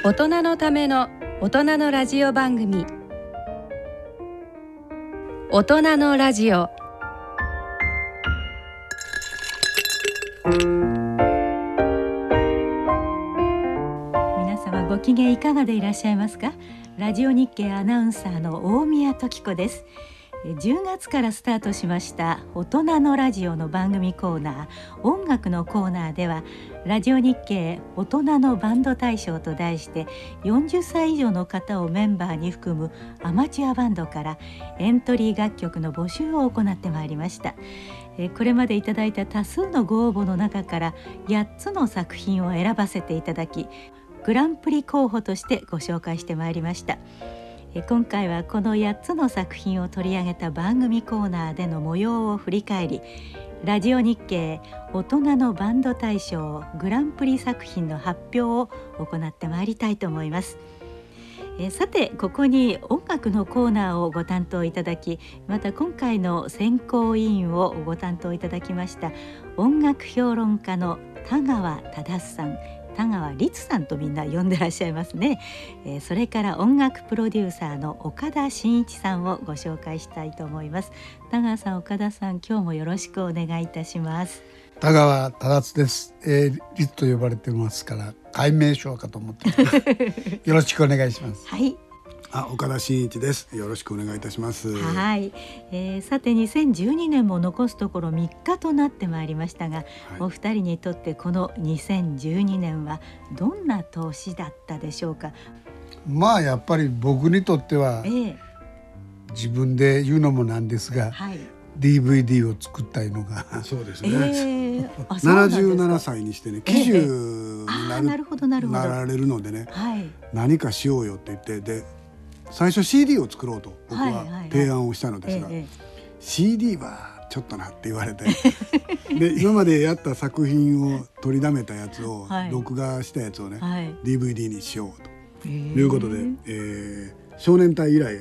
大人のための大人のラジオ番組、大人のラジオ。 皆様ご機嫌いかがでいらっしゃいますか。ラジオ日経アナウンサーの大宮時子です。10月からスタートしました大人のラジオの番組コーナー、音楽のコーナーでは、ラジオ日経大人のバンド大賞と題して40歳以上の方をメンバーに含むアマチュアバンドからエントリー楽曲の募集を行ってまいりました。これまでいただいた多数のご応募の中から8つの作品を選ばせていただき、グランプリ候補としてご紹介してまいりました。今回はこの8つの作品を取り上げた番組コーナーでの模様を振り返り、ラジオ日経大人のバンド大賞グランプリ作品の発表を行ってまいりたいと思います。さて、ここに音楽のコーナーをご担当いただき、また今回の選考委員をご担当いただきました音楽評論家の田川忠さん、田川律さんとみんな呼んでらっしゃいますね。それから音楽プロデューサーの岡田真一さんをご紹介したいと思います。田川さん、岡田さん、今日もよろしくお願いいたします。 田川忠です。律と呼ばれてますから解明賞かと思ってよろしくお願いします。 はい、 岡田真一です。よろしくお願いいたします。 はい、さて2012年も残すところ3日となってまいりましたが、はい、お二人にとってこの2012年はどんな年だったでしょうか。 まあやっぱり僕にとっては、自分で言うのもなんですが、はい、DVD を作ったのがそうですね、77歳にしてね、喜寿になられるのでね、はい、何かしようよって言って、で最初 CD を作ろうと僕は提案をしたのですが、CD はちょっとなって言われてで今までやった作品を取りだめたやつを、録画したやつをね、DVD にしようということで、少年隊以来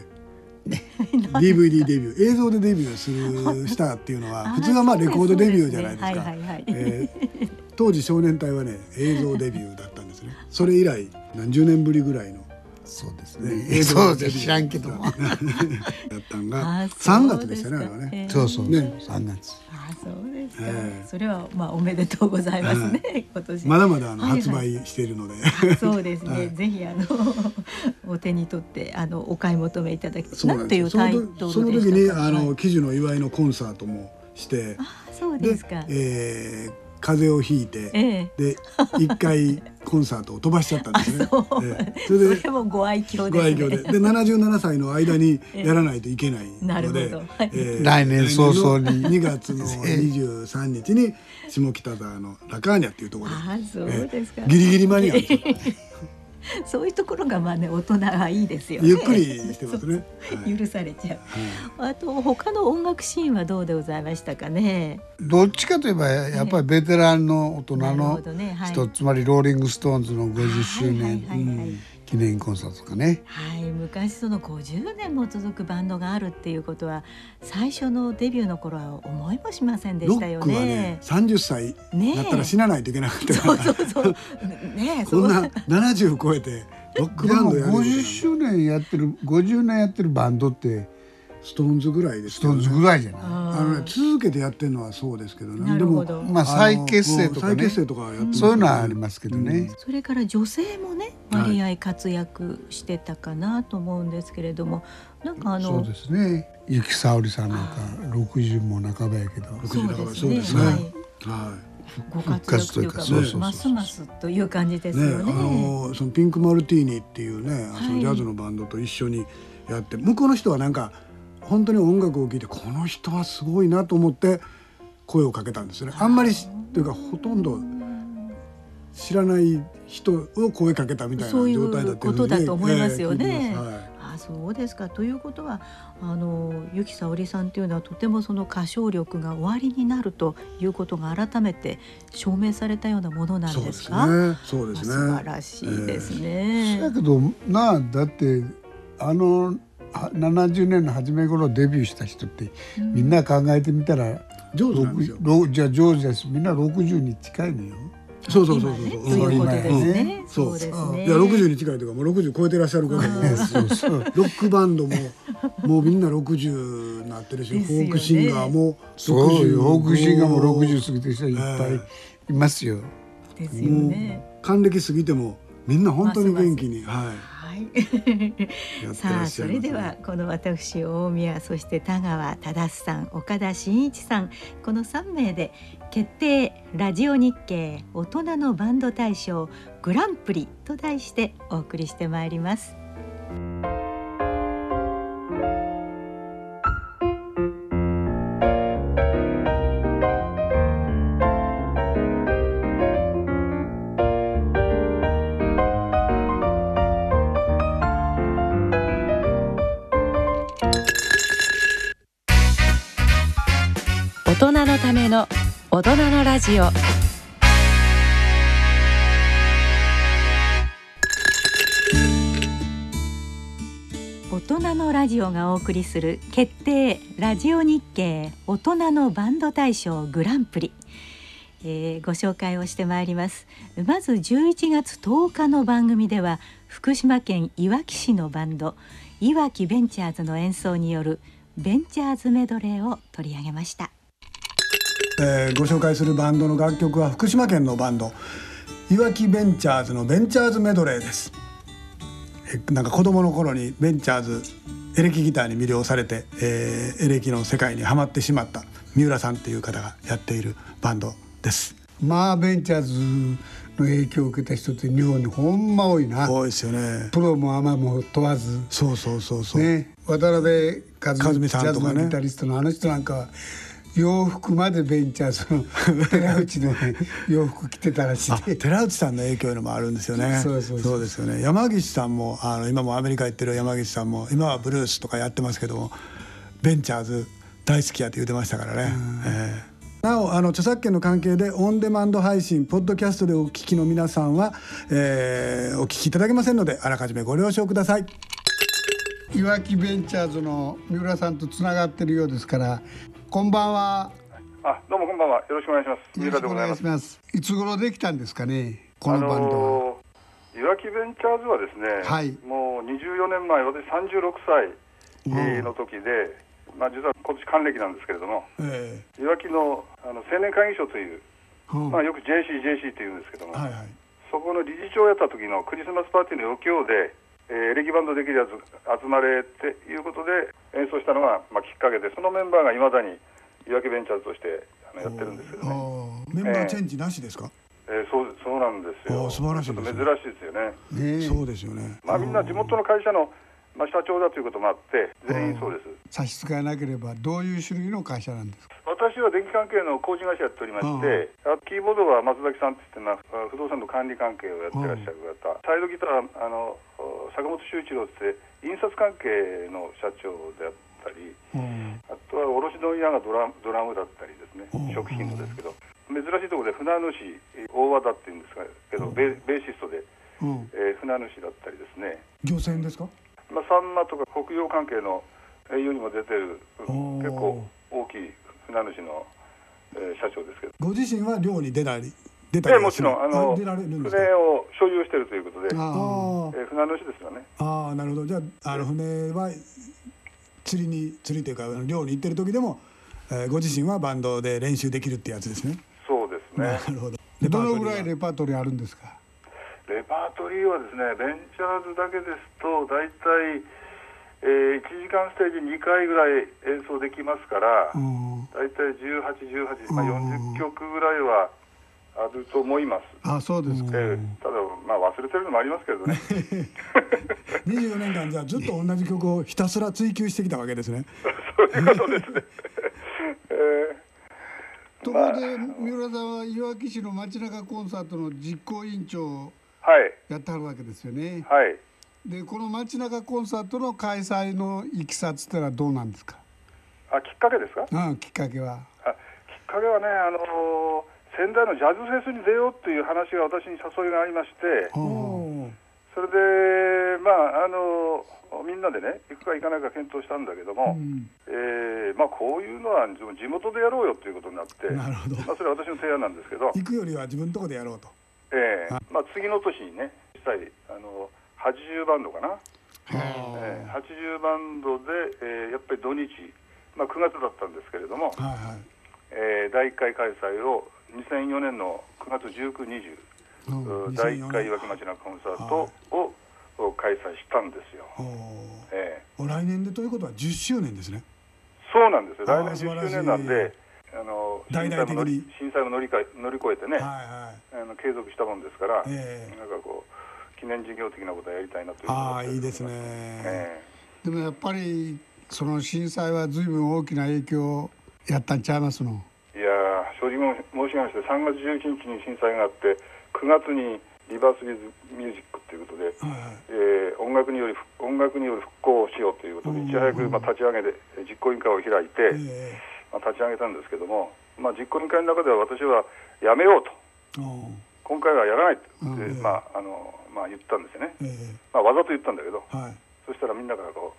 DVD デビュー、映像でデビューしたっていうのは普通はまあレコードデビューじゃないですか。当時少年隊はね、映像デビューだったんですね。それ以来何十年ぶりぐらいの、 そうですね、映像で知らんけどもやったんが3月でしたね、あれはね。 そうそうね、3月。 そうですか。それはまあおめでとうございますね。今年まだまだ発売しているので、 そうですね、ぜひお手に取ってお買い求めいただきたい。なんていうタイトルでしたか。 その時に喜寿の祝いのコンサートもして、 そうですか。 風邪をひいて、で一回コンサートを飛ばしちゃったんですね。 それもご愛嬌ですね。 ご愛嬌で、77歳の間にやらないといけないので、 来年早々に 2月の23日に下北沢のラカーニャっていうところで、ギリギリ間に合うんですよ。 そういうところがまあね、大人はいいですよね。 ゆっくりしてますね。 許されちゃう。あと他の音楽シーンはどうでございましたかね。 どっちかといえばやっぱりベテランの大人の人、つまりローリングストーンズの50周年記念コンサートとかね。はい、 昔その50年も続くバンドがあるっていうことは最初のデビューの頃は思いもしませんでしたよね。 ロックはね、30歳になったら死なないといけなくて、 そうこんな70超えてロックバンドやる。 50周年やってる、50年やってるバンドってストーンズぐらいですよね。ストーンズぐらいじゃない。 続けてやってるのはそうですけどね。 でもまあ再結成とかね、そういうのはありますけどね。 それから女性もね、割合活躍してたかなと思うんですけれども、なんかそうですね、由紀さおりさんなんか60も半ばやけど、 そうですね。 ご活躍というか、ますますという感じですよね。 そのピンクマルティーニっていうね、そのジャズのバンドと一緒にやって、向こうの人はなんか本当に音楽を聴いて、この人はすごいなと思って声をかけたんですよね。あんまりというかほとんど知らない人を声かけたみたいな状態だったことだと思いますよね。そうですか。ということは由紀さおりさんというのはとてもその歌唱力がおありになるということが改めて証明されたようなものなんですか。 そうですね。 素晴らしいですね。 だけどだって70年の初め頃デビューした人って、みんな考えてみたらジョージなんですよ。 じゃあジョージです。みんな60に近いのよ。 そうということですね。 そうですね。いや60に近いというかもう60超えてらっしゃる方もロックバンドももうみんな60になってるし、フォークシンガーも 60、フォークシンガーも60過ぎてる人いっぱいいますよ。 ですよね。 還暦過ぎてもみんな本当に元気に、 さあそれではこの私大宮、そして田川忠さん、岡田真一さん、この3名で決定ラジオ日経大人のバンド大賞グランプリと題してお送りしてまいります。 大人のための大人のラジオ。 大人のラジオがお送りする決定ラジオ日経大人のバンド大賞グランプリ、ご紹介をしてまいります。まず11月10日の番組では福島県いわき市のバンドいわきベンチャーズの演奏によるベンチャーズメドレーを取り上げました。 ご紹介するバンドの楽曲は福島県のバンドいわきベンチャーズのベンチャーズメドレーです。なんか子供の頃にベンチャーズエレキギターに魅了されて、エレキの世界にはまってしまった三浦さんっていう方がやっているバンドです。 まあベンチャーズの影響を受けた人って日本にほんま多いな。 多いですよね。 プロもアマも問わず。 そうね、渡辺和美さんとかね、 ジャズのギタリストのあの人なんかは洋服までベンチャーズの寺内の洋服着てたらしい。 寺内さんの影響もあるんですよね。そうですよね。山岸さんも今もアメリカ行ってる山岸さんも今はブルースとかやってますけどもベンチャーズ大好きやって言ってましたからね。なお著作権の関係でオンデマンド配信ポッドキャストでお聞きの皆さんは、お聞きいただけませんのであらかじめご了承ください。 いわきベンチャーズの三浦さんとつながってるようですから、こんばんは。 どうもこんばんは。よろしくお願いします。三浦でございます。 いつ頃できたんですかね、このバンドは。 いわきベンチャーズはですね、もう24年前、私36歳の時で、実は今年還暦なんですけれども、いわきの青年会議所という、よく JC っていうんですけども、そこの理事長をやった時のクリスマスパーティーの余興で、エレキバンドできるやつ集まれっていうことで演奏したのが、きっかけで、そのメンバーがいまだにいわきベンチャーズとしてやってるんですけどね。 メンバーチェンジなしですか？ そうなんですよ。 素晴らしいですね。 珍しいですよね。 そうですよね。 みんな地元の会社の社長だということもあって全員そうです。 差し支えなければどういう種類の会社なんですか？ 私は電気関係の工事会社やっておりまして、キーボードは松崎さんって言って不動産の管理関係をやってらっしゃる方、サイドギターは坂本修一郎って印刷関係の社長であったり、あとは卸問屋がドラムだったりですね、食品のですけど、珍しいところで船主大和田っていうんですけど、ベーシストで、船主だったりですね。 漁船ですか？ サンマとか北洋関係の営業にも出てる結構大きい船主の、社長ですけど。 ご自身は漁に出たりもちろん船を所有しているということで、船主ですよね。 なるほど。じゃあ船は釣りというか漁に行ってる時でも、ご自身はバンドで練習できるってやつですね。 そうですね。 なるほど。 どのぐらいレパートリーあるんですか？ レパートリーはですね、ベンチャーズだけですとだいたい1時間ステージ2回ぐらい演奏できますから、だいたい18、40曲ぐらいはあると思います。 そうですか。 ただ忘れてるのもありますけどね。 24年間じゃあずっと同じ曲をひたすら追求してきたわけですね。 そういうことですね。 ところで三浦さんはいわき市の街中コンサートの実行委員長をやってはるわけですよね。でこの街中コンサートの開催のいきさつってのはどうなんですか？ きっかけですか？ きっかけはきっかけはね、仙台のジャズフェスに出ようっていう話が私に誘いがありまして、それでみんなでね行くか行かないか検討したんだけども、 こういうのは地元でやろうよということになって、 なるほど、 それは私の提案なんですけど、 行くよりは自分のところでやろうと。 次の年にね、実際80バンドかな、80バンドで、やっぱり土日、9月だったんですけれども、第1回開催を2004年の9月19、20、第1回いわき町なコンサートを開催したんですよ。 来年でということは10周年ですね。 そうなんですよ。来年10周年なんで、 大々的に震災も乗り越えてね、継続したもんですから、なんかこう記念事業的なことをやりたいなという。 いいですね。 でもやっぱりその震災は随分大きな影響をやったんちゃいますの。 いや正直申し上げまして、3月11日に震災があって、9月にリバース・ウィズ・ミュージックということで、音楽による復興をしようということで、いち早く立ち上げで実行委員会を開いて、立ち上げたんですけども、実行委員会の中では私はやめようと、今回はやらないと言ったんですよね。わざと言ったんだけど、そしたらみんなからこ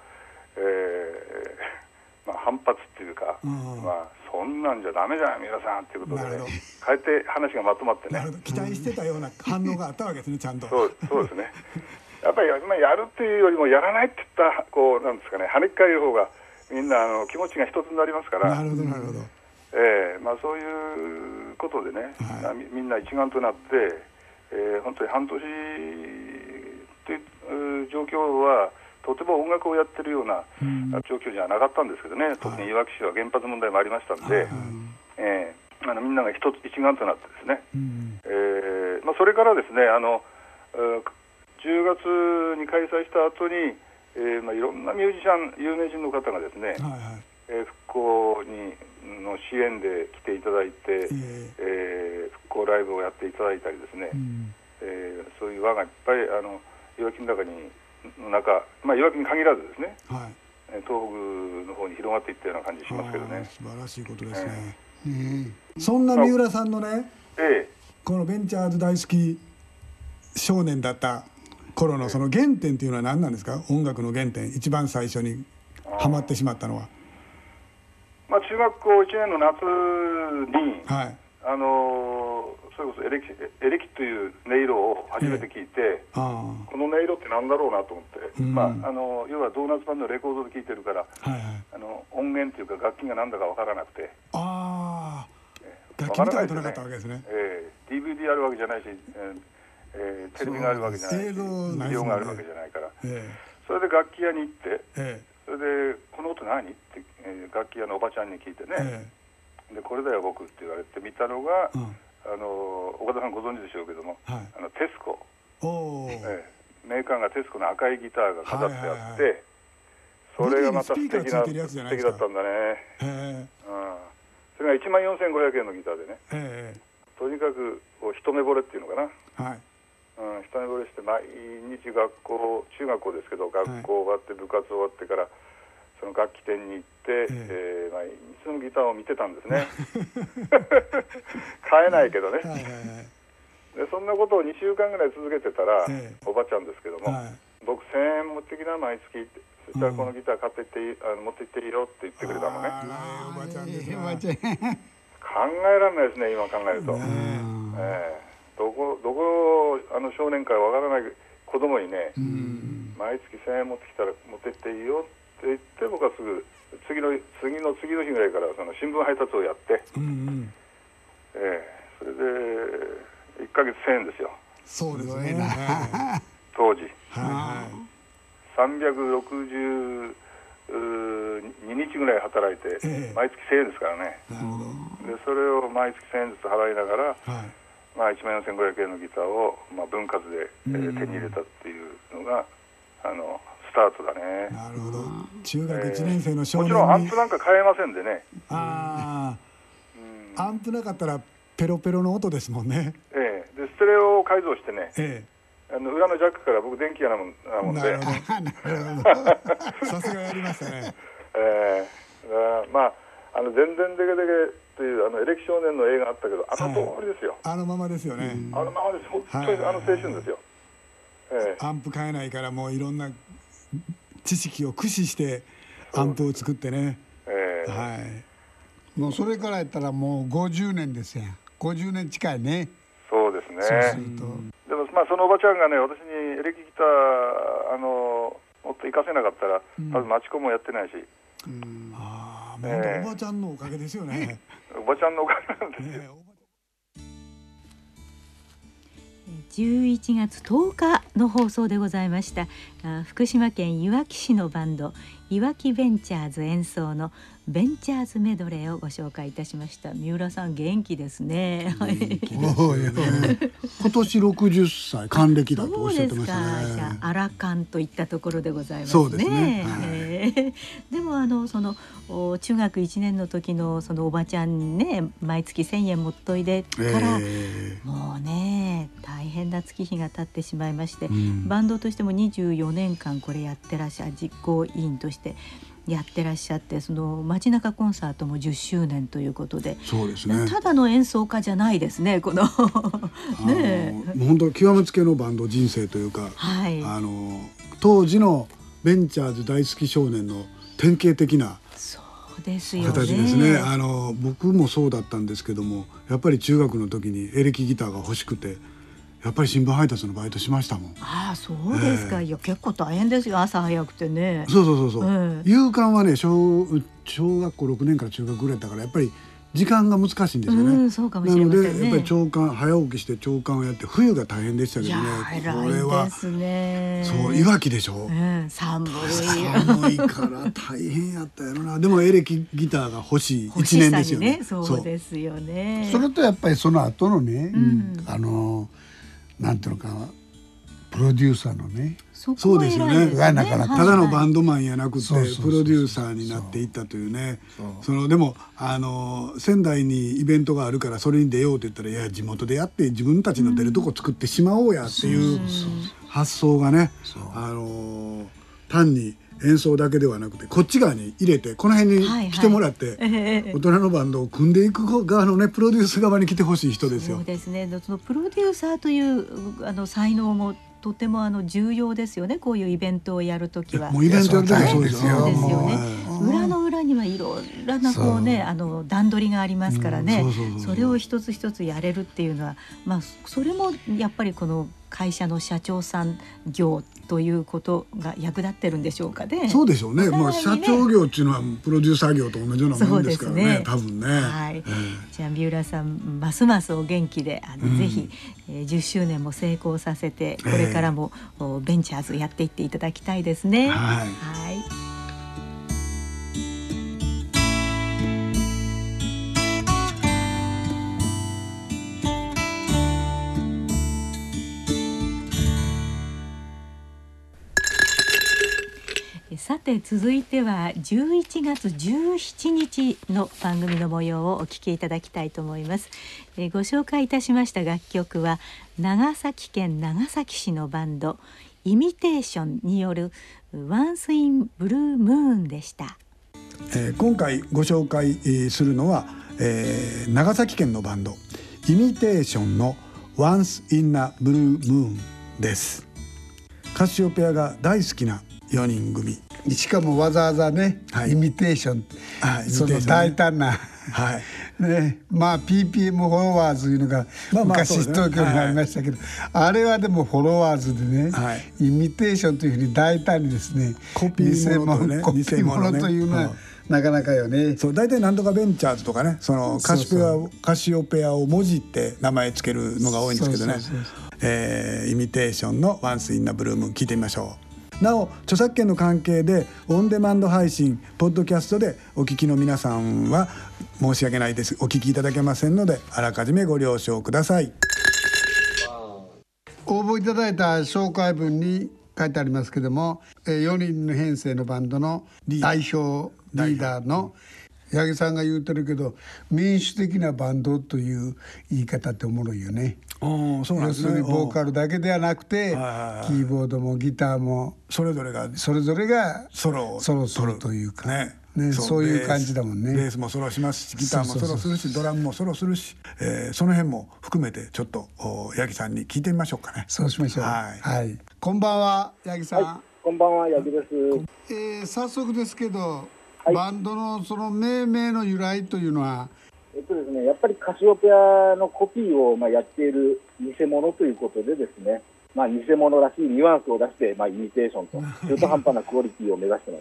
う、反発っていうか、そんなんじゃダメじゃん皆さんということで、かえって話がまとまってね。 期待してたような反応があったわけですね、ちゃんと。 そうですね。やっぱりやるっていうよりもやらないって言ったこうなんですかね、跳ねっ返る方がみんな気持ちが一つになりますから。 なるほどなるほど。 そういうことでね、みんな一丸となって、本当に半年という状況はとても音楽をやってるような状況じゃなかったんですけどね、特にいわき市は原発問題もありましたんで、みんなが一丸となってですね、それからですね、10月に開催した後に、いろんなミュージシャン、有名人の方がですね、復興の支援で来ていただいて、復興ライブをやっていただいたりですね、そういう輪がいっぱいいわきの中にいわきに限らずですね、東北の方に広がっていったような感じしますけどね。 素晴らしいことですね。そんな三浦さんのね、このベンチャーズ大好き少年だった頃のその原点というのは何なんですか？音楽の原点、一番最初にハマってしまったのは。 中学校1年の夏に、それこそエレキという音色を初めて聞いて、この音色って何だろうなと思って、要はドーナツ版のレコードで聴いてるから、音源というか楽器が何だか分からなくて、 楽器見たことなかったわけですね。 DVD あるわけじゃないし、テレビがあるわけじゃないし、ビデオがあるわけじゃないから、それで楽器屋に行って、それでこの音何って、楽器屋のおばちゃんに聞いてね、でこれだよ僕って言われて見たのが、岡田さんご存知でしょうけども、テスコ、メーカーがテスコの赤いギターが飾ってあって、それがまた素敵だったんだね。それが14,500円のギターでね、とにかく一目惚れっていうのかな、一目惚れして毎日学校、中学校ですけど学校終わって部活終わってからその楽器店に行って、毎日そのギターを見てたんですね。買えないけどね。でそんなことを2週間ぐらい続けてたら、おばちゃんですけども、僕1000円持ってきな毎月って、そしたらこのギター持って行っていいよって言ってくれたのね。 おばちゃんですね。 考えられないですね、今考えると。どこ少年かわからない子供にね、毎月1000円持ってきたら持ってっていいよって言って、僕はすぐ次の日ぐらいからその新聞配達をやって、それで1ヶ月1000円ですよ。 そうですね。 当時362日ぐらい働いて、毎月1000円ですからね。でそれを毎月1000円ずつ払いながら、14,500円のギターを、分割で、手に入れたっていうのがスタートだね。 なるほど。中学1年生の少年に、 もちろんアンプなんか買えませんでね。 アンプなかったらペロペロの音ですもんね。 でステレオを改造してね、裏のジャックから僕電気屋なもんで。 なるほど。さすがやりましたね。 全然デケデケというエレキ少年の映画あったけど、あの通りですよ。 あのままですよね。 あのままです。本当に青春ですよ。 アンプ買えないからもういろんな知識を駆使してアンプを作ってね。 はい、もうそれからやったらもう50年ですやん。50年近いね。 そうですね。 そうすると、 でもそのおばちゃんがね、私にエレキギターもっと活かせなかったら、多分マチコンもやってないし。 ああ、もうおばちゃんのおかげですよね。 おばちゃんのおかげなんですよ。 11月10日の放送でございました。福島県いわき市のバンドいわきベンチャーズ演奏のベンチャーズメドレーをご紹介いたしました。三浦さん元気ですね。 元気ですね。今年60歳還暦だとおっしゃってましたね。 そうですか。じゃあアラカンといったところでございますね。 そうですね。 でもその中学1年の時のそのおばちゃんね、毎月1000円持っといでから、もうね大変な月日が経ってしまいまして、バンドとしても24年間これやってらっしゃる、実行委員としてやってらっしゃって、その街中コンサートも10周年ということで、 そうですね、 ただの演奏家じゃないですね、このねもう本当極めつけのバンド人生というか、 はい、 当時のベンチャーズ大好き少年の典型的な形ですね。僕もそうだったんですけども、やっぱり中学の時にエレキギターが欲しくて、やっぱり新聞配達のバイトしましたもん。 ああ、そうですか。いや結構大変ですよ、朝早くてね。 そう、夕刊はね、小学校6年から中学ぐらいだからやっぱり時間が難しいんですよね。 そうかもしれませんね。 なのでやっぱり朝刊、早起きして朝刊をやって、冬が大変でしたけどね。 これはですね。 そう、いわきでしょ、 寒いから大変やったやろな。でもエレキギターが欲しい1年ですよね。 そうですよね。 それとやっぱりその後のね、なんていうのかな、プロデューサーのね、 そうですよね。 なかなかただのバンドマンやなくてプロデューサーになっていったというね。でも仙台にイベントがあるからそれに出ようって言ったら、いや地元でやって自分たちの出るとこ作ってしまおうやっていう発想がね、単に演奏だけではなくてこっち側に入れて、この辺に来てもらって、大人のバンドを組んでいく側のね、プロデュース側に来てほしい人ですよ。 そうですね。そのプロデューサーという才能もとても重要ですよね。こういうイベントをやるときは。 もうイベントやるときはそうですよ。 裏の裏にはいろいろなこうね、段取りがありますからね。それを一つ一つやれるっていうのは、それもやっぱりこの会社の社長さん業ということが役立ってるんでしょうかね。 そうでしょうね。社長業っていうのはプロデューサー業と同じようなものですからね。多分ね。 はい。じゃあ三浦さん、ますますお元気で、ぜひ10周年も成功させて、これからもベンチャーズやっていっていただきたいですね。はい。さて続いては11月17日の番組の模様をお聞きいただきたいと思います。ご紹介いたしました楽曲は長崎県長崎市のバンドイミテーションによる Once in Blue Moon でした。 今回ご紹介するのは、長崎県のバンドイミテーションの Once in a Blue Moon です。カシオペアが大好きな4人組、 しかもわざわざね、イミテーション、その大胆な、ね、PPM フォロワーズいうのが昔東京にありましたけど、あれはでもフォロワーズでね、イミテーションというふうに大胆にですね、 コピー物とね、 コピー物というのはなかなかよね。 そう、大体なんとかベンチャーズとかね、そのカシオペアを文字って名前つけるのが多いんですけどね。イミテーションの Once in a Blue Moon 聞いてみましょう。なお著作権の関係でオンデマンド配信ポッドキャストでお聞きの皆さんは申し訳ないです、お聞きいただけませんのであらかじめご了承ください。 応募いただいた紹介文に書いてありますけども、4人の編成のバンドの代表リーダーの八木さんが言うてるけど、民主的なバンドという言い方っておもろいよね。 そうなんですね。 要するにボーカルだけではなくて、キーボードもギターもそれぞれがソロをするというかね、そういう感じだもんね。 ベースもソロしますし、ギターもソロするし、ドラムもソロするし、その辺も含めてちょっと八木さんに聞いてみましょうかね。 そうしましょう。はい。こんばんは八木さん。 こんばんは八木です。 早速ですけど、 バンドのその命名の由来というのは、 ですね、やっぱりカシオペアのコピーをやっている偽物ということでですね、偽物らしいニュアンスを出して、イミテーションと中途半端なクオリティを目指してます。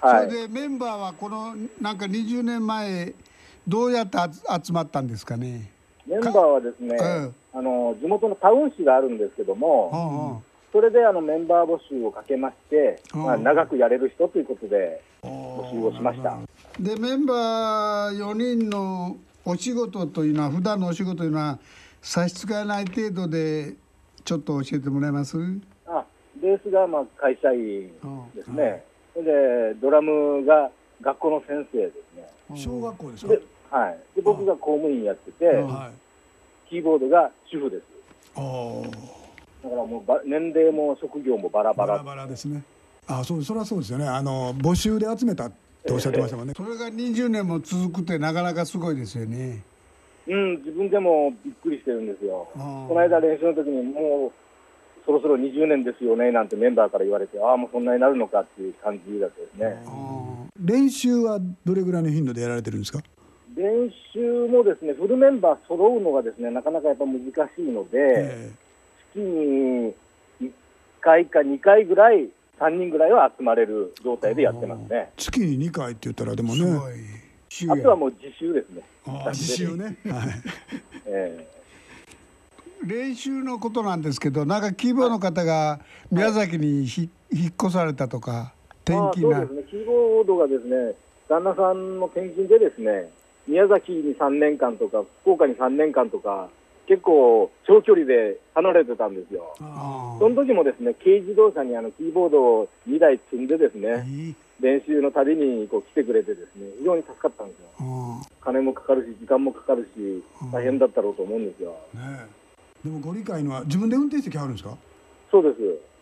はい、それでメンバーはこのなんか20年前どうやって集まったんですかね。 メンバーはですね、地元のタウン市があるんですけども、それでメンバー募集をかけまして、長くやれる人ということで募集をしました。 でメンバー4人のお仕事というのは、普段のお仕事というのは差し支えない程度でちょっと教えてもらえます？ ベースが会社員ですね。でドラムが学校の先生ですね。 小学校ですか？ で僕が公務員やってて、キーボードが主婦です。だからもう年齢も職業もバラバラですね。それはそうですよね。募集で集めたっておっしゃってましたもんね。 それが20年も続くってなかなかすごいですよね。 自分でもびっくりしてるんですよ。この間練習の時にもうそろそろ20年ですよねなんてメンバーから言われて、もうそんなになるのかっていう感じだったですね。 練習はどれぐらいの頻度でやられてるんですか？ 練習もですね、フルメンバー揃うのがですね、なかなかやっぱ難しいので、月に1回か2回ぐらい、3人ぐらいは集まれる状態でやってますね。 月に2回って言ったらでもね、 あとはもう自習ですね。 自習ね。 練習のことなんですけど、なんかキーボードの方が宮崎に引っ越されたとか、転勤が。 そうですね、キーボードがですね、旦那さんの転勤でですね、宮崎に3年間とか福岡に3年間とか結構長距離で離れてたんですよ。その時もですね、軽自動車にキーボードを2台積んでですね、練習のたびに来てくれてですね、非常に助かったんですよ。金もかかるし時間もかかるし大変だったろうと思うんですよ。 でもご理解のは自分で運転してきはるんですか？ そうです。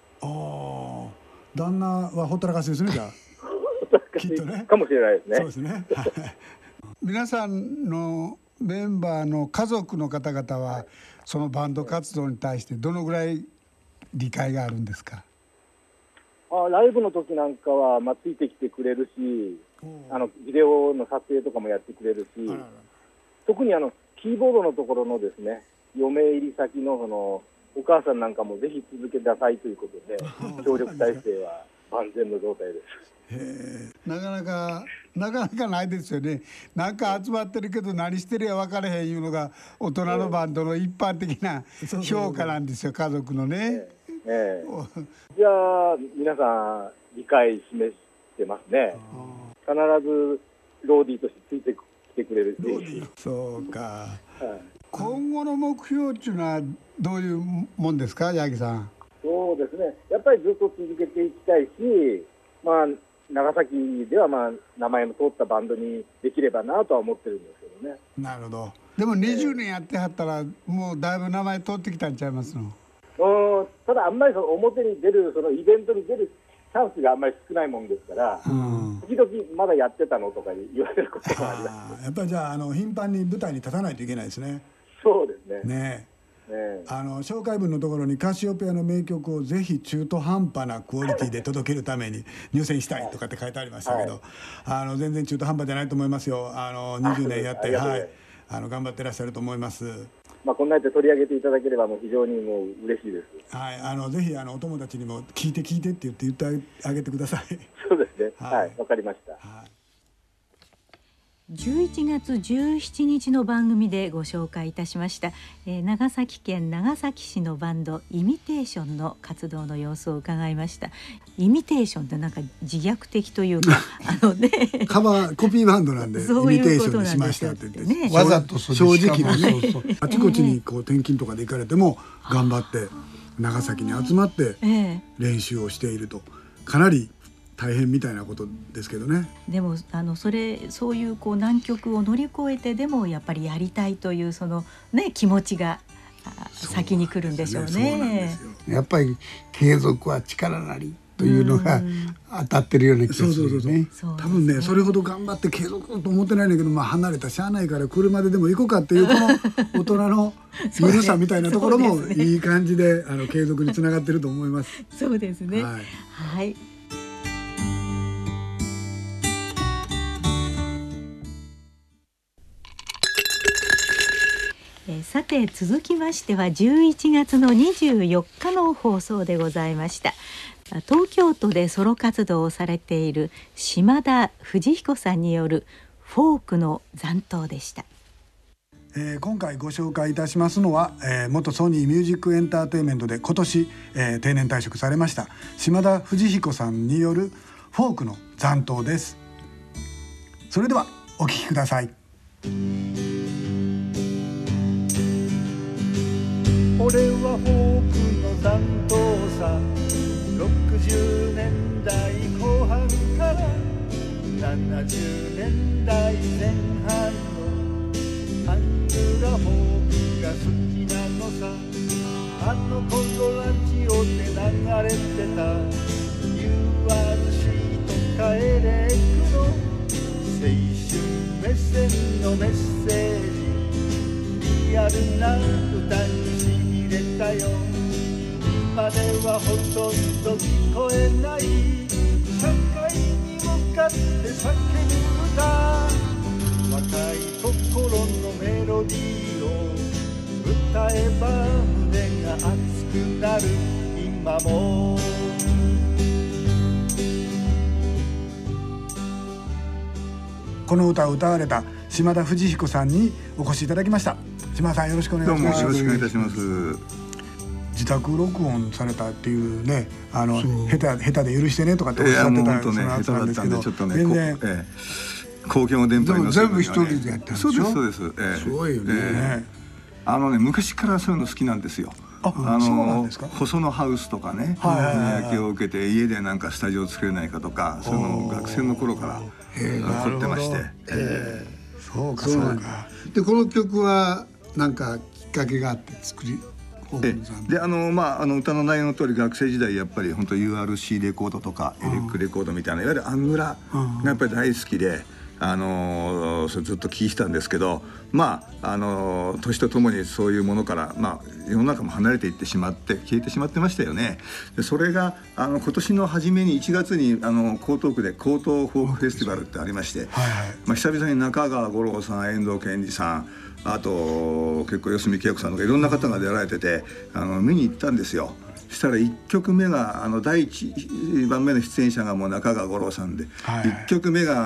旦那はほったらかしですね、じゃあ。きっとね。 かもしれないですね。 そうですね。 皆さんのメンバーの家族の方々はそのバンド活動に対してどのぐらい理解があるんですか？ ライブの時なんかはついてきてくれるし、ビデオの撮影とかもやってくれるし、特にキーボードのところのですね、嫁入り先のお母さんなんかもぜひ続けなさいということで協力体制は万全の状態です。 なかなかないですよね。なんか集まってるけど何してるや分からへんいうのが大人のバンドの一般的な評価なんですよ、家族のね。 じゃあ皆さん理解示してますね。必ずローディーとしてついてきてくれるし。 そうか。今後の目標っていうのはどういうもんですか、八木さん。 そうですね、やっぱりずっと続けていきたいし、長崎では名前の通ったバンドにできればなとは思ってるんですけどね。 なるほど。でも20年やってはったらもうだいぶ名前通ってきたんちゃいますの？ ただあんまり表に出るイベントに出るチャンスがあんまり少ないもんですから、時々まだやってたのとか言われることがあります。 やっぱりじゃあ頻繁に舞台に立たないといけないですね。 そうですね。 紹介文のところにカシオペアの名曲をぜひ中途半端なクオリティで届けるために入選したいとかって書いてありましたけど、全然中途半端じゃないと思いますよ。20年やって、頑張ってらっしゃると思います。 こんなやって取り上げていただければ非常にもう嬉しいです。 ぜひお友達にも聞いてって言ってあげてください。 そうですね。わかりました。 11月17日の番組でご紹介いたしました、長崎県長崎市のバンドイミテーションの活動の様子を伺いました。イミテーションってなんか自虐的というかカバーコピーバンドなんでイミテーションにしましたって言って、わざと正直なね、あちこちに転勤とかで行かれても頑張って長崎に集まって練習をしていると、かなり大変みたいなことですけどね。 でもそういう難局を乗り越えてでもやっぱりやりたいという気持ちが先に来るんでしょうね。 やっぱり継続は力なりというのが当たってるような気がするよね。 多分ね、それほど頑張って継続と思ってないんだけど、離れたしゃあないから車ででも行こうかっていうこの大人のゆるさみたいなところもいい感じで継続につながってると思います。 そうですね。はい。 さて続きましては11月の24日の放送でございました。東京都でソロ活動をされている島田藤彦さんによるフォークの残党でした。 今回ご紹介いたしますのは、元ソニーミュージックエンターテインメントで今年、定年退職されました島田藤彦さんによるフォークの残党です。それではお聴きください。 俺はフォークの残党さ、60年代後半から70年代前半のアングラフォークが好きなのさ。あの頃ラジオで流れてた URC とかエレクの青春目線のメッセージ、リアルな歌にしびれたよ。今ではほとんど聞こえない社会に向かって叫ぶ歌、若い心のメロディーを歌えば胸が熱くなる今も。 この歌を歌われた島田藤彦さんにお越しいただきました。島田さん、よろしくお願いします。 どうもよろしくお願いいたします。 自宅録音されたっていうね、下手で許してねとかっておっしゃってた、 その後なんですけど、ちょっとね、全然公共の電波に乗せるのにはね、 全部一人でやったんでしょ。 そうです。 すごいよね。 昔からそういうの好きなんですよ。細野ハウスとかね、野球を受けて家でなんかスタジオを作れないかとか、その学生の頃から凝ってまして。 そうかそうか。 でこの曲はなんかきっかけがあって作り。 で歌の内容の通り、学生時代やっぱり本当 URC レコードとかエレックレコードみたいないわゆるアングラがやっぱり大好きで、それずっと聴いてたんですけど、年とともにそういうものから、世の中も離れていってしまって消えてしまってましたよね。でそれが今年の初めに1月に江東区で江東フォークフェスティバルってありまして、久々に中川五郎さん、遠藤健二さん、あと結構四隅恵子さんとかいろんな方が出られてて見に行ったんですよ。そしたら1曲目が第1番目の出演者がもう中川五郎さんで、1曲目が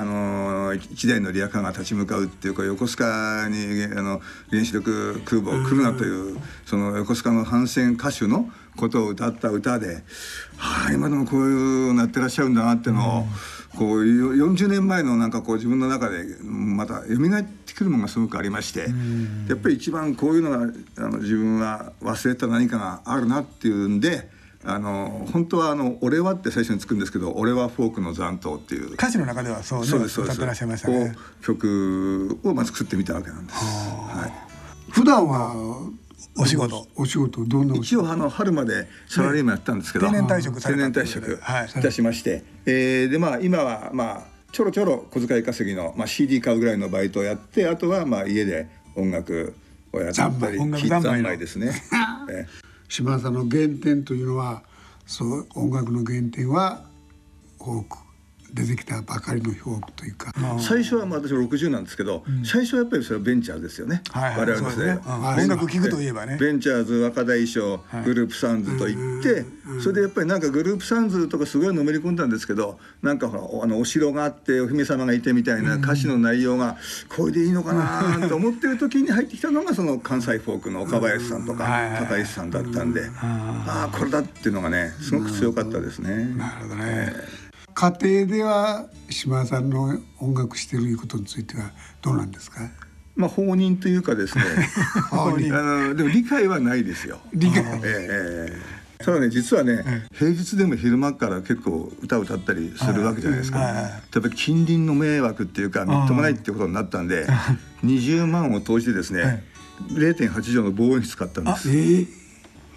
1台のリアカーが立ち向かうっていうか、横須賀に原子力空母来るなというその横須賀の反戦歌手のことを歌った歌で、今でもこういうなってらっしゃるんだなっていうのをこう40年前のなんかこう自分の中でまた蘇ってくるものがすごくありまして、やっぱり一番こういうのが自分は忘れた何かがあるなっていうんで、本当は俺はって最初に作るんですけど、俺はフォークの残党っていう歌詞の中ではそうです歌ってらっしゃいましたね。 曲を作ってみたわけなんです。 普段はお仕事どんな一応春までサラリーマンやったんですけど、 定年退職された定年退職いたしまして、で今はちょろちょろ小遣い稼ぎの、CD 買うぐらいのバイトをやって、あとは家で音楽をやったり、三昧ですね。 島田さんの原点というのは、そう音楽の原点はフォーク、出てきたばかりのフォークというか、 最初は私は60なんですけど、最初はやっぱりそれはベンチャーズですよね。我々の世代は音楽聴くといえばね、 ベンチャーズ、若大将、グループサウンズといって、それでやっぱりなんかグループサウンズとかすごいのめり込んだんですけど、なんかほらお城があってお姫様がいてみたいな歌詞の内容がこれでいいのかなと思ってる時に入ってきたのがその関西フォークの岡林さんとか高石さんだったんで、これだっていうのがねすごく強かったですね。 なるほどね。家庭では島田さんの音楽してることについてはどうなんですか？ 放任というかですねでも理解はないですよ。 理解ただね、実はね、平日でも昼間から結構歌を歌ったりするわけじゃないですか。やっぱり近隣の迷惑っていうかみっともないっていうことになったんで、20万を投じてですね、0.8 畳の防音室買ったんです。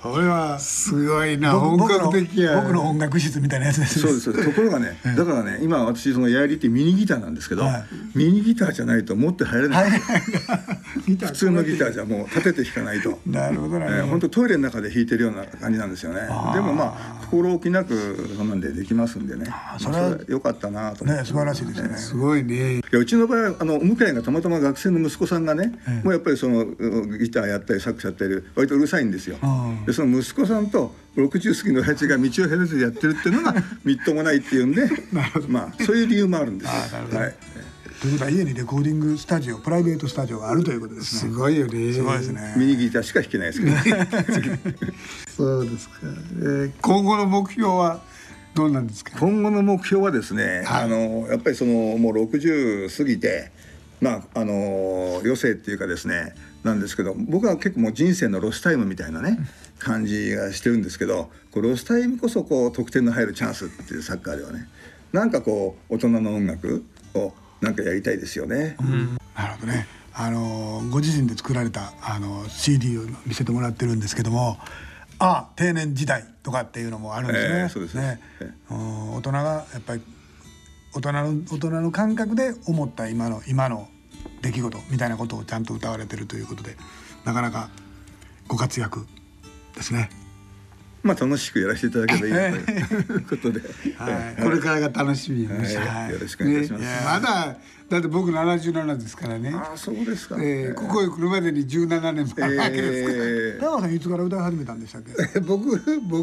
俺はすごいな、本格的や。 僕の音楽室みたいなやつです。 そうです。ところがね、だからね、今私そのやりってミニギターなんですけど、ミニギターじゃないと持って入れない。普通のギターじゃもう立てて弾かないと。 なるほどね。 本当トイレの中で弾いてるような感じなんですよね。でもまあ心置きなくそんなんでできますんでね。それは良かったなと思って。 素晴らしいですね。 すごいね。 いや、うちの場合お向かいがたまたま学生の息子さんがね、もうやっぱりそのギターやったりサックスやったり割とうるさいんですよ。でその息子さんと60過ぎの親父が道を隔ててやってるっていうのがみっともないっていうんでまあそういう理由もあるんですよ。はい。 ということは家にレコーディングスタジオ、プライベートスタジオがあるということですね。 すごいよね。 すごいですね。 ミニギターしか弾けないですけどね。 そうですか。今後の目標はどうなんですか。 今後の目標はですね、やっぱりそのもう60過ぎて、まあ余生っていうかですねなんですけど、僕は結構もう人生のロスタイムみたいなね感じがしてるんですけど、ロスタイムこそこう得点の入るチャンスっていうサッカーではね、なんかこう大人の音楽をなんかやりたいですよね。 なるほどね。ご自身で作られたCD を見せてもらってるんですけども、定年時代とかっていうのもあるんですね。 そうですね。大人がやっぱり大人の感覚で思った今の出来事みたいなことをちゃんと歌われてるということで、なかなかご活躍ですね。 まあ楽しくやらせていただければいいということで、 これからが楽しみにして、 よろしくお願いします。 まだって僕77ですからね。 そうですか。 ここへ来るまでに17年もあるわけですから。山さんいつから歌い始めたんでしたっけ？ 僕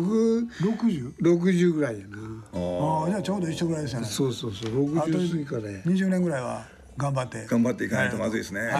60ぐらいやな。 じゃあちょうど一緒ぐらいですよね。 そう60過ぎから 20年ぐらいは頑張っていかないとまずいですね。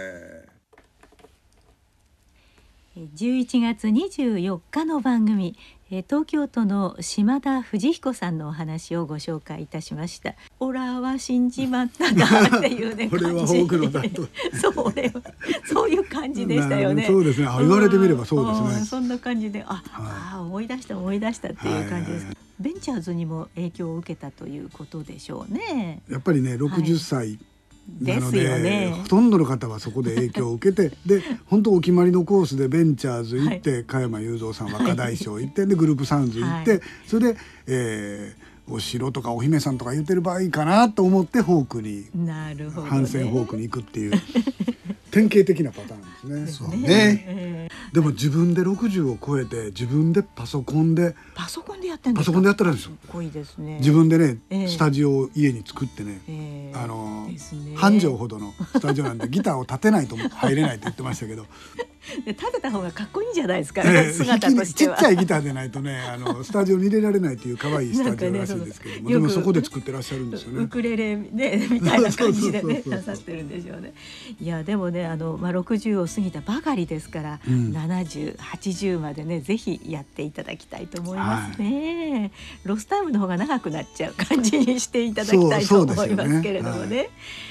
11月24日の番組、東京都の島田藤彦さんのお話をご紹介いたしました。オラは死んじまったかっていうね俺は多くのだとそういう感じでしたよね。 そうですね。言われてみればそうですね。 そんな感じで思い出したっていう感じです。ベンチャーズにも影響を受けたということでしょうね。 やっぱりね60歳なのですよね。 ほとんどの方はそこで影響を受けてで本当お決まりのコースでベンチャーズ行って、加山雄三さん若大将行って、でグループサウンズ行って、それで、お城とかお姫さんとか言ってる場合かなと思ってフォークに、反戦フォークに行くっていう典型的なパターンですね。そうね。でも自分で60を超えて自分でパソコンでやってるんですか？ パソコンでやってるんですよ。 すごいですね。 自分でね、スタジオを家に作ってね、半畳ほどのスタジオなんでギターを立てないと入れないと言ってましたけど立てた方がかっこいいんじゃないですか、姿としては。 ちっちゃいギターでないとねスタジオに入れられないっていう可愛いスタジオらしいですけども、でもそこで作ってらっしゃるんですよね。 ウクレレねみたいな感じでねなさってるんでしょうね。いやでもね60を過ぎたばかりですから、70、80までねぜひやっていただきたいと思いますね。ロスタイムの方が長くなっちゃう感じにしていただきたいと思いますけれどもね。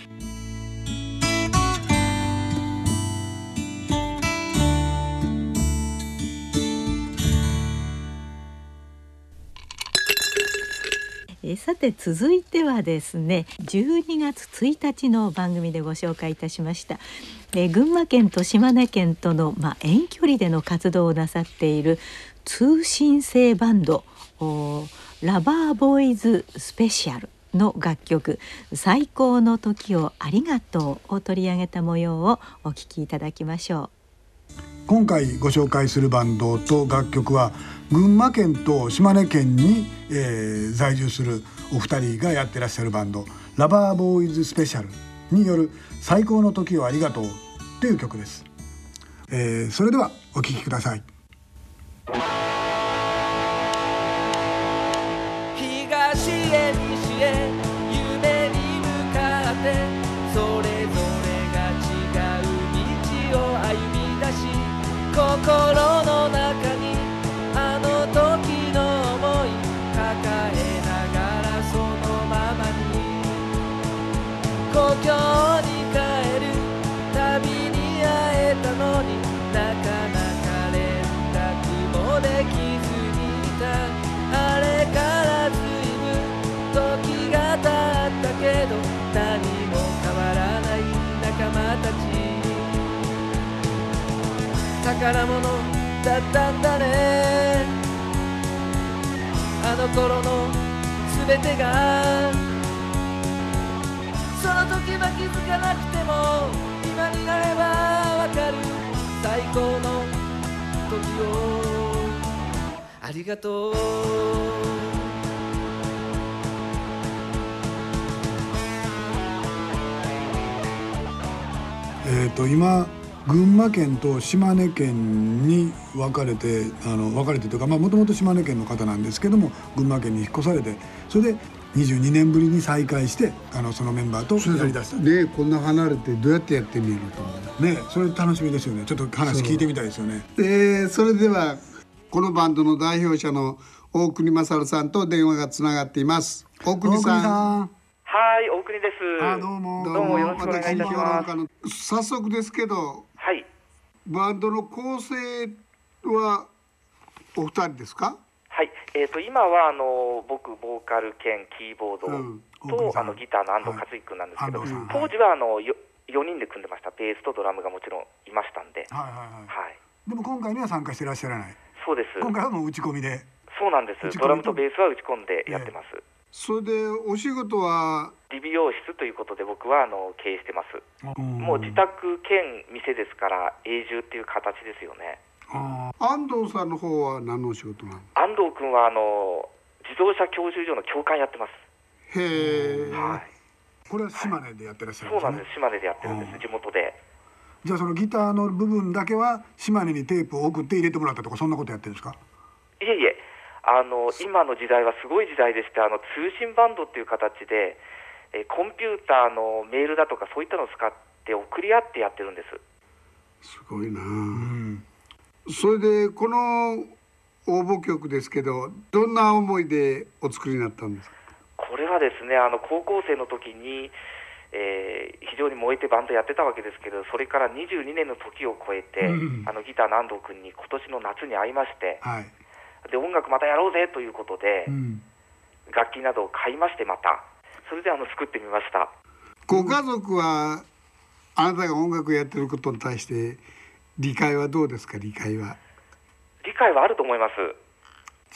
さて続いてはですね、12月1日の番組でご紹介いたしました、群馬県と島根県との、遠距離での活動をなさっている通信制バンドラバーボーイズスペシャルの楽曲最高の時をありがとうを取り上げた模様をお聴きいただきましょう。 今回ご紹介するバンドと楽曲は群馬県と島根県に、在住するお二人がやってらっしゃるバンドラバーボーイズスペシャルによる最高の時をありがとうという曲です。それではお聴きください。 東へ西へ夢に向かってそれぞれが違う道を歩み出し心の中にあの時の想い抱えながらそのままに故郷に帰るたびに会えたのになかなか連絡もできずにいたあれから時が経ったけど何も変わらない仲間たち宝物だったんだね。あの頃の全てがその時は気づかなくても今になればわかる最高の時をありがとう。 今群馬県と島根県に分かれてというか、もともと島根県の方なんですけども群馬県に引っ越されて、それで22年ぶりに再会してそのメンバーとやりだしたね。こんな離れてどうやってやってみるのと思うね。それ楽しみですよね。ちょっと話聞いてみたいですよね。 それではこのバンドの代表者の大国勝さんと電話がつながっています。大国さん。 はい、大国です。 どうもよろしくお願いいたします。 早速ですけど、 はい、 バンドの構成はお二人ですか？ はい、今は僕ボーカル兼キーボードと、ギターの安藤克之君なんですけど、当時は4人で組んでました。ベースとドラムがもちろんいましたんで。 でも今回には参加してらっしゃらない？ そうです。 今回はもう打ち込みで。 そうなんです。ドラムとベースは打ち込んでやってます。 それでお仕事は理美容室ということで僕は経営してます。もう自宅兼店ですから永住っていう形ですよね。 安藤さんの方は何のお仕事なの？ 安藤君は自動車教習所の教官やってます。 へえ。 はい。 これは島根でやってらっしゃるんですね。 そうなんです。島根でやってるんです。地元で。 じゃあそのギターの部分だけは島根にテープを送って入れてもらったとかそんなことやってるんですか？ いえいえ、今の時代はすごい時代でして、通信バンドっていう形で、コンピューターのメールだとかそういったのを使って送り合ってやってるんです。 すごいな。それでこの応募曲ですけど、どんな思いでお作りになったんですか？ これはですね、高校生の時に、非常に燃えてバンドやってたわけですけど、それから22年の時を超えて、ギターの安藤君に今年の夏に会いまして、で音楽またやろうぜということで、楽器などを買いまして、またそれで作ってみました。 ご家族はあなたが音楽やってることに対して理解はどうですか？理解はあると思います。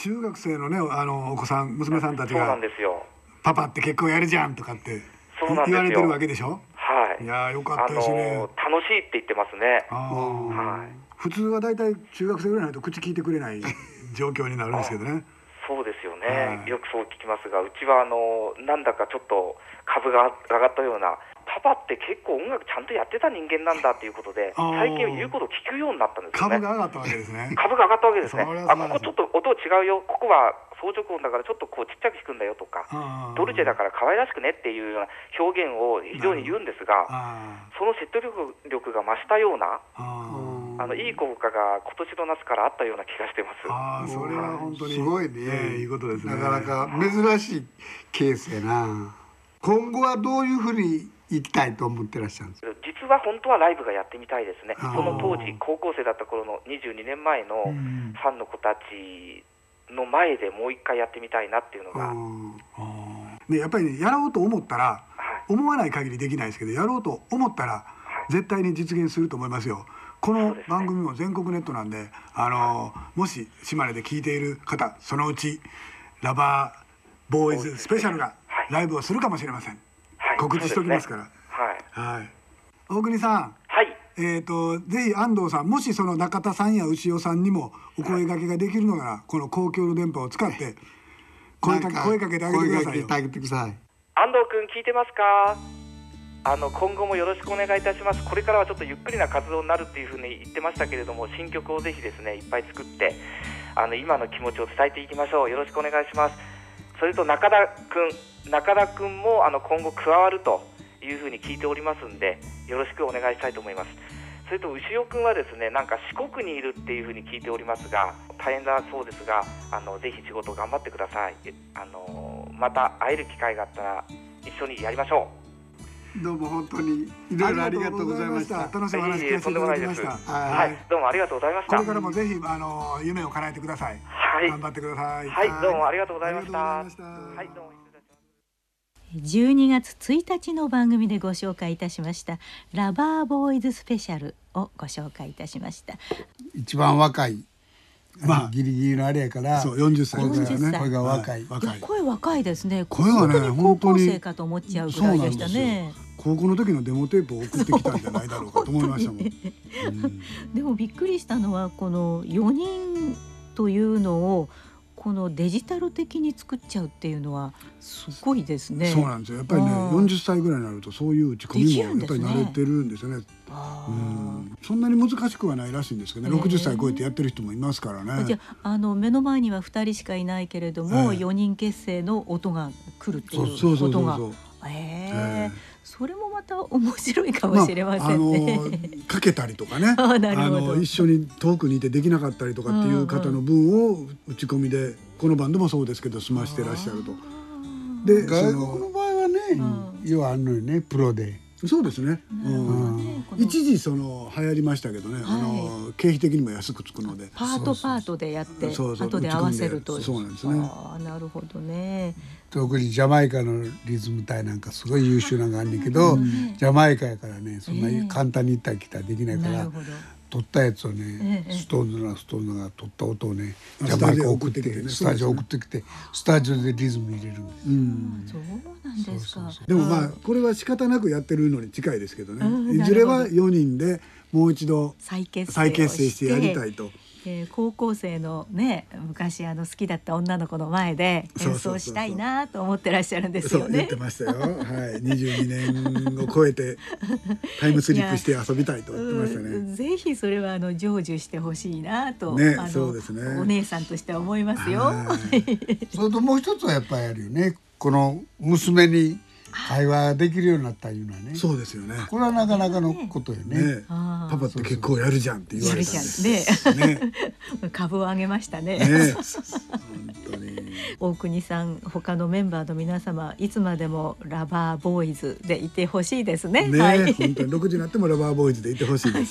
中学生のねお子さん娘さんたちがそうなんですよ。 パパって結構やるじゃんとかって言われてるわけでしょ。 はい。 いやよかったですね。 楽しいって言ってますね。 はい。普通はだいたい中学生ぐらいになると口聞いてくれない状況になるんですけどね。 そうですよね。よくそう聞きますが、うちはなんだかちょっと株が上がったような。パパって結構音楽ちゃんとやってた人間なんだっていうことで、最近言うことを聞くようになったんですよね。 株が上がったわけですね。 株が上がったわけですね。ここちょっと音違うよ、ここは装飾音だからちょっとこうちっちゃく弾くんだよとか、ドルチェだから可愛らしくねっていうような表現を非常に言うんですが、その説得力が増したような、いい効果が今年の夏からあったような気がしてます。 それは本当にすごいね。 いいことですね。 なかなか珍しいケースやな。今後はどういうふうに行きたいと思ってらっしゃるんですか？ 実は本当はライブがやってみたいですね。その当時高校生だった頃の22年前のファンの子たちの前でもう一回やってみたいなっていうのが、 ね、やっぱり、ね、やろうと思ったら、思わない限りできないですけど、やろうと思ったら、絶対に実現すると思いますよ。この番組も全国ネットなんで、もし島根で聞いている方、そのうちラバーボーイズスペシャルがライブをするかもしれません。告知しておきますから。大国さん、ぜひ安藤さん、もしその中田さんや牛尾さんにもお声掛けができるのなら、この公共の電波を使って声かけてあげてくださいよ。 安藤君聞いてますか？今後もよろしくお願いいたします。これからはちょっとゆっくりな活動になるっていうふうに言ってましたけれども、新曲をぜひですねいっぱい作って今の気持ちを伝えていきましょう。よろしくお願いします。それと中田君も今後加わるというふうに聞いておりますんで、よろしくお願いしたいと思います。それと牛尾君はですね、なんか四国にいるっていうふうに聞いておりますが、大変だそうですが、ぜひ仕事頑張ってください。また会える機会があったら一緒にやりましょう。どうも本当にいろいろありがとうございました。 楽しいお話聞かせていただきました。 はい、どうもありがとうございました。 これからもぜひ夢を叶えてください。頑張ってください。 はい、どうもありがとうございました。はい、どうも。 12月1日の番組でご紹介いたしましたラバーボーイズスペシャルをご紹介いたしました。 一番若いまあギリギリのあれやから。 そう40歳ぐらいね。声が若い。 声若いですね。 声はね本当に高校生かと思っちゃうぐらいでしたね。 高校の時のデモテープを送ってきたんじゃないだろうかと思いましたもん。 でもびっくりしたのはこの4人というのをこのデジタル的に作っちゃうっていうのはすごいですね。 そうなんですよ。やっぱりね40歳ぐらいになるとそういう打ち込みもやっぱり慣れてるんですよね。そんなに難しくはないらしいんですけどね、60歳超えてやってる人もいますからね。 じゃあ目の前には2人しかいないけれども、4人結成の音が来るっていうことがそれもまた面白いかもしれませんね。 かけたりとかね一緒に遠くにいてできなかったりとかっていう方の分を打ち込みでこのバンドもそうですけど済ましてらっしゃると。 で外国の場合はね、要はあんのよねプロで。 そうですね。一時流行りましたけどね、経費的にも安くつくのでパートでやって後で合わせると。 そうなんですね。 なるほどね。 特にジャマイカのリズム隊なんかすごい優秀なのがあるんだけど、ジャマイカやからねそんなに簡単に行ったり来たらできないから、取ったやつをねストーンズが取った音をねジャマイカ送ってきてスタジオ送ってきてスタジオでリズム入れるんです。 そうなんですか。 でもまあこれは仕方なくやってるのに近いですけどね。いずれは4人でもう一度再結成してやりたいと。 高校生のね昔好きだった女の子の前で演奏したいなと思ってらっしゃるんですよね。 そう言ってましたよ。はい、22年を超えてタイムスリップして遊びたいと言ってましたね。 ぜひそれは成就してほしいなと、 そうですね、 お姉さんとしては思いますよ。 それともう一つはやっぱりあるよね。この娘に会話できるようになったいうのはね。 そうですよね。 これはなかなかのことよね。 パパって結構やるじゃんって言われたんですね。株を上げましたね。 本当に。 大国さん、他のメンバーの皆様、いつまでもラバーボーイズでいてほしいですね。 本当に6時になってもラバーボーイズでいてほしいです。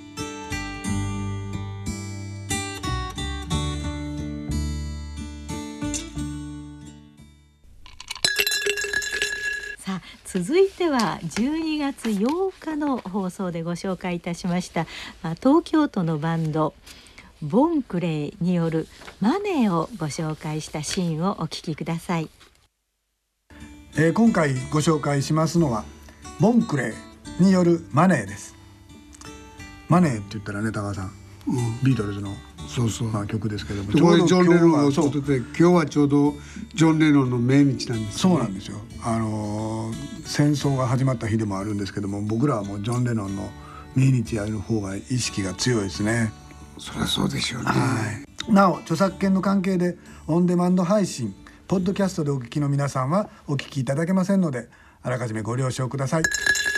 続いては12月8日の放送でご紹介いたしました東京都のバンドボンクレイによるマネーをご紹介したシーンをお聞きください。 今回ご紹介しますのはボンクレイによるマネーです。マネーって言ったらね、高橋さん、ビートルズの曲ですけども、 これジョン・レノンが歌ってて、今日はちょうどジョン・レノンの命日なんです。 そうなんですよ。戦争が始まった日でもあるんですけども、僕らはもうジョン・レノンの命日やる方が意識が強いですね。 そりゃそうでしょうね。 なお著作権の関係でオンデマンド配信ポッドキャストでお聞きの皆さんはお聞きいただけませんので、あらかじめご了承ください。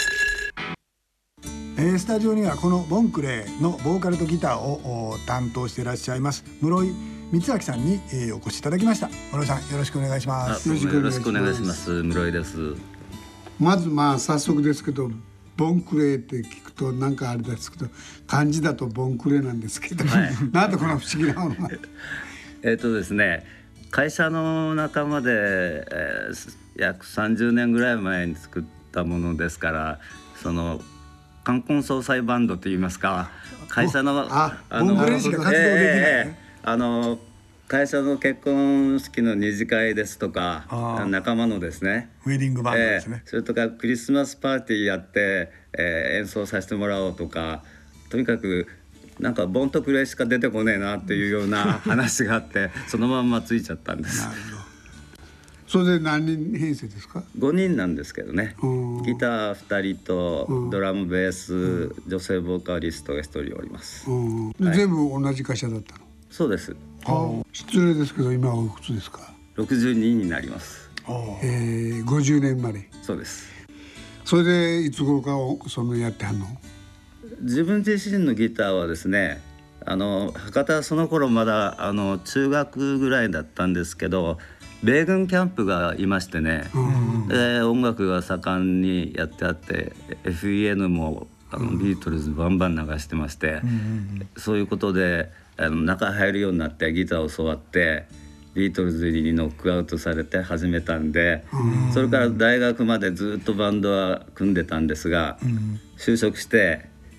スタジオにはこのボンクレイのボーカルとギターを担当していらっしゃいます室井光明さんにお越しいただきました。室井さん、よろしくお願いします。 よろしくお願いします。室井です。 まず早速ですけど、ボンクレイって聞くとなんかあれですけど、漢字だとボンクレイなんですけど、なんでこの不思議なものがですね、会社の仲間で、約30年ぐらい前に作ったものですから、その冠婚葬祭バンドといいますか、会社のボンクレイしか活動できない、 会社の結婚式の二次会ですとか、仲間のですねウェディングバンドですね、 それとかクリスマスパーティーやって、演奏させてもらおうとか、とにかくなんかボンとクレイしか出てこねえなっていうような話があってそのまんまついちゃったんです。 なるほど。それで何人編成ですか ？5人なんですけどね、ギター2人とドラムベース、女性ボーカリストが1人おります。 全部同じ会社だったの？ そうです。 失礼ですけど今はおいくつですか ？62になります。 50年まで。 そうです。 それでいつ頃かそのやってはんの？ 自分自身のギターはですね、博多はその頃まだ中学ぐらいだったんですけど、米軍キャンプがいましてね、音楽が盛んにやってあって FEN もビートルズバンバン流してまして、そういうことで中入るようになってギターを教わってビートルズにノックアウトされて始めたんで、それから大学までずっとバンドは組んでたんですが、就職して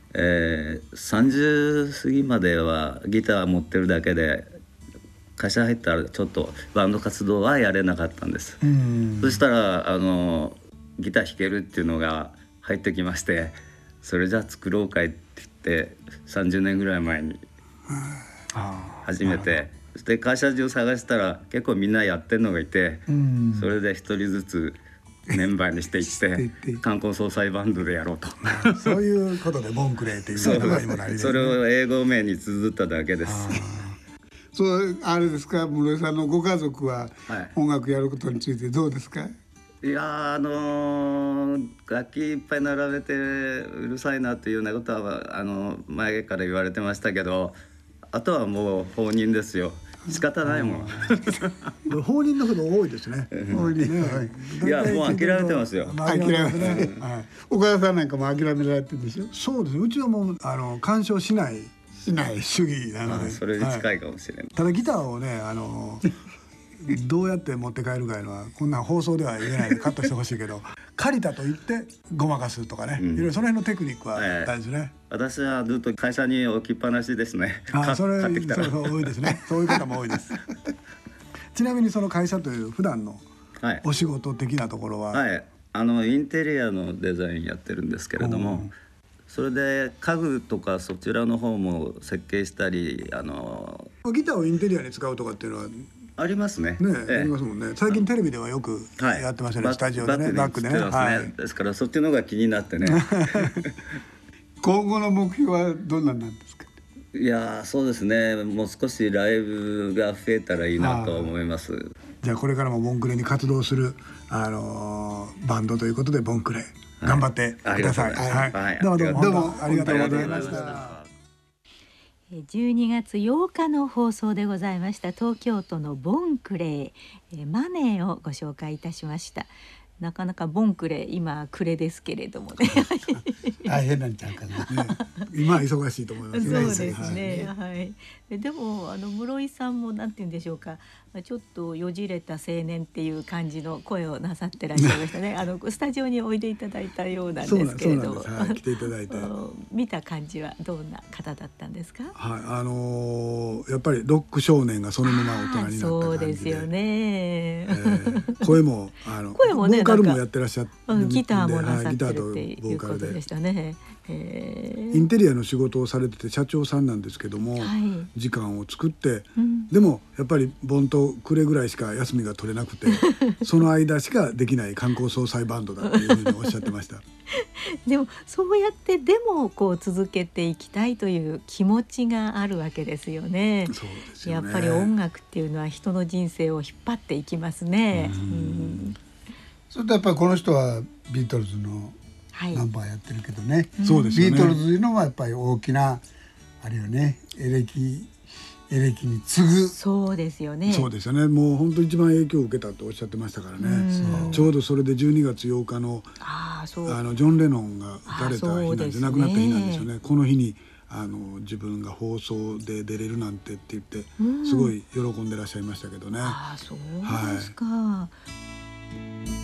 30過ぎまではギター持ってるだけで、会社入ったらちょっとバンド活動はやれなかったんです。そしたらギター弾けるっていうのが入ってきまして、それじゃあ作ろうかいって言って30年ぐらい前に始めて、そして会社中探したら結構みんなやってるのがいて、それで一人ずつメンバーにしていって冠婚葬祭バンドでやろうとそういうことでボンクレーっていうのが今なりですね。 それを英語名に綴っただけです。 そうあれですか、室井さんのご家族は音楽やることについてどうですか？ いや楽器いっぱい並べてうるさいなっていうようなことは前から言われてましたけど、あとはもう放任ですよ。仕方ないもん。 放任のこと多いですね。放任ね。 いやもう諦めてますよ。 諦めてね。岡田さんなんかも諦められてるでしょ。 そうですね。うちはもう干渉しない主義なので。 それに近いかもしれない。 ただギターをねどうやって持って帰るかいうのはこんな放送では言えないでカットしてほしいけど、借りたと言ってごまかすとかね、いろいろその辺のテクニックは大事ですね。 私はずっと会社に置きっぱなしですね。 それ多いですね。そういう方も多いです。ちなみにその会社という普段のお仕事的なところは、 インテリアのデザインやってるんですけれども、それで家具とかそちらの方も設計したり、ギターをインテリアに使うとかっていうのはありますね。 ありますもんね。最近テレビではよくやってましたね。スタジオでね、バックでね。 ですからそっちの方が気になってね。 今後の目標はどんなんなんですか？ いやそうですね。もう少しライブが増えたらいいなと思います。 じゃあこれからもボンクレに活動するバンドということでボンクレ頑張ってください。どうもありがとうございました。 12月8日の放送でございました東京都のボンクレー、マネーをご紹介いたしました。なかなかボンクレ今暮れですけれどもね大変なんちゃうかな、 今は忙しいと思いますね。 そうですね、でも室井さんもなんて言うんでしょうか、ちょっとよじれた青年っていう感じの声をなさってらっしゃいましたね。スタジオにおいでいただいたようなんですけれども、 来ていただいて見た感じはどんな方だったんですか？ やっぱりロック少年がそのまま大人になった感じで、 そうですよね。 声もね、 ボーカルもやってらっしゃって、 ギターもなさってるっていうことでしたね。 インテリアの仕事をされてて社長さんなんですけども、時間を作って、でもやっぱり盆と暮れぐらいしか休みが取れなくてその間しかできない冠婚葬祭バンドだっていうふうにおっしゃってました。 でもそうやってでも続けていきたいという気持ちがあるわけですよね。 そうですよね。 やっぱり音楽っていうのは人の人生を引っ張っていきますね。 それとやっぱりこの人はビートルズのナンバーやってるけどね、 そうですよね。 ビートルズいうのはやっぱり大きなあれよね、エレキに次ぐ。 そうですよね。 そうですよね。もう本当一番影響を受けたとおっしゃってましたからね。ちょうどそれで12月8日のジョン・レノンが撃たれた日なんで、亡くなった日なんですよね。この日に自分が放送で出れるなんてって言ってすごい喜んでらっしゃいましたけどね。 そうですか。